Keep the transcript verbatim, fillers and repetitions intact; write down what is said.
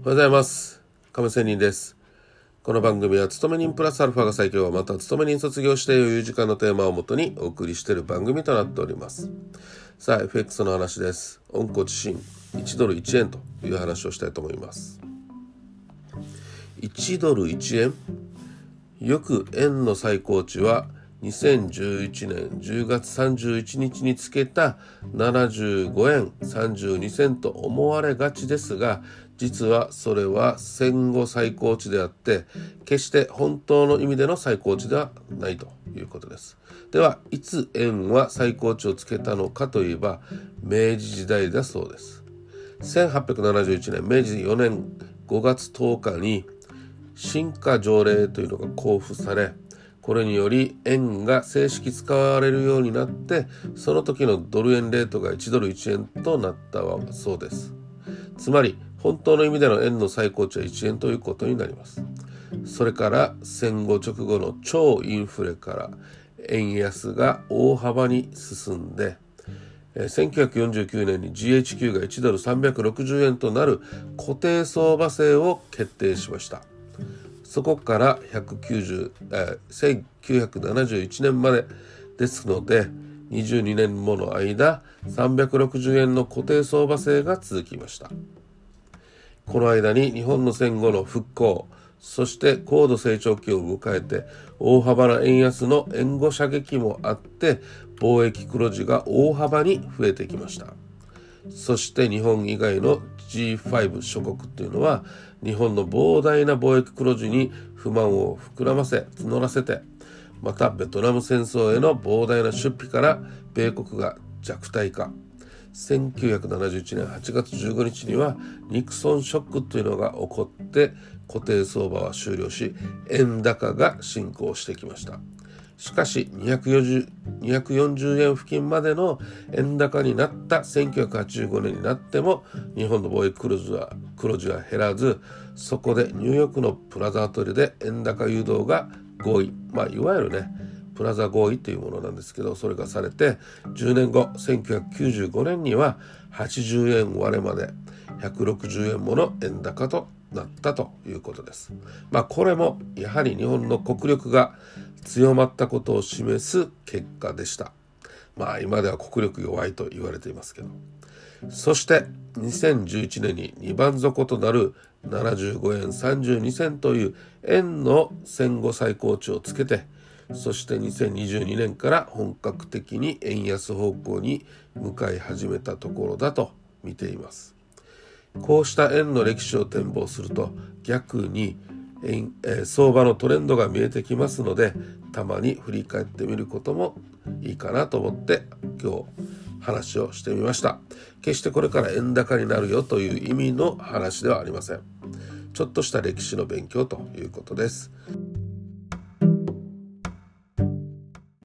おはようございます。亀仙人です。この番組は勤め人プラスアルファが最強、また勤め人卒業して余裕時間のテーマをもとにお送りしている番組となっております。さあ エフエックス の話です。温故知新いちドルいちえんという話をしたいと思います。いちドルいちえん、よく円の最高値はにせんじゅういちねんじゅうがつさんじゅういちにちにつけたななじゅうごえんさんじゅうにせんと思われがちですが、実はそれは戦後最高値であって、決して本当の意味での最高値ではないということです。では、いつ円は最高値をつけたのかといえば、明治時代だそうです。せんはっぴゃくななじゅういちねん、明治よねんごがつとおかに新華条例というのが公布され、これにより円が正式使われるようになって、その時のドル円レートがいちドルいちえんとなったそうです。つまり本当の意味での円の最高値はいちえんということになります。それから戦後直後の超インフレから円安が大幅に進んで、せんきゅうひゃくよんじゅうきゅうねんに ジーエイチキュー がいちドルさんびゃくろくじゅうえんとなる固定相場制を決定しました。そこからひゃくきゅうじゅう、えー、せんきゅうひゃくななじゅういちねんまでですので、にじゅうにねんもの間さんびゃくろくじゅうえんの固定相場制が続きました。この間に日本の戦後の復興、そして高度成長期を迎えて大幅な円安の援護射撃もあって、貿易黒字が大幅に増えてきました。そして日本以外の ジーファイブ 諸国っていうのは、日本の膨大な貿易黒字に不満を膨らませ募らせて、またベトナム戦争への膨大な出費から米国が弱体化。せんきゅうひゃくななじゅういちねんはちがつじゅうごにちにはニクソンショックというのが起こって、固定相場は終了し、円高が進行してきました。しかしにひゃくよんじゅう、にひゃくよんじゅうえん付近までの円高になったせんきゅうひゃくはちじゅうごねんになっても、日本の貿易黒字は黒字は減らず、そこでニューヨークのプラザアトリエで円高誘導が合意、まあいわゆるねプラザ合意というものなんですけど、それがされてじゅうねんごせんきゅうひゃくきゅうじゅうごねんにははちじゅうえん割れまでひゃくろくじゅうえんもの円高となったということです。まあこれもやはり日本の国力が強まったことを示す結果でした。まあ今では国力弱いと言われていますけど、そしてにせんじゅういちねんににばん底となるななじゅうごえんさんじゅうにせんという円の戦後最高値をつけて、そしてにせんにじゅうにねんから本格的に円安方向に向かい始めたところだと見ています。こうした円の歴史を展望すると、逆に円、えー、相場のトレンドが見えてきますので、たまに振り返ってみることもいいかなと思って今日話をしてみました。決してこれから円高になるよという意味の話ではありません。ちょっとした歴史の勉強ということです。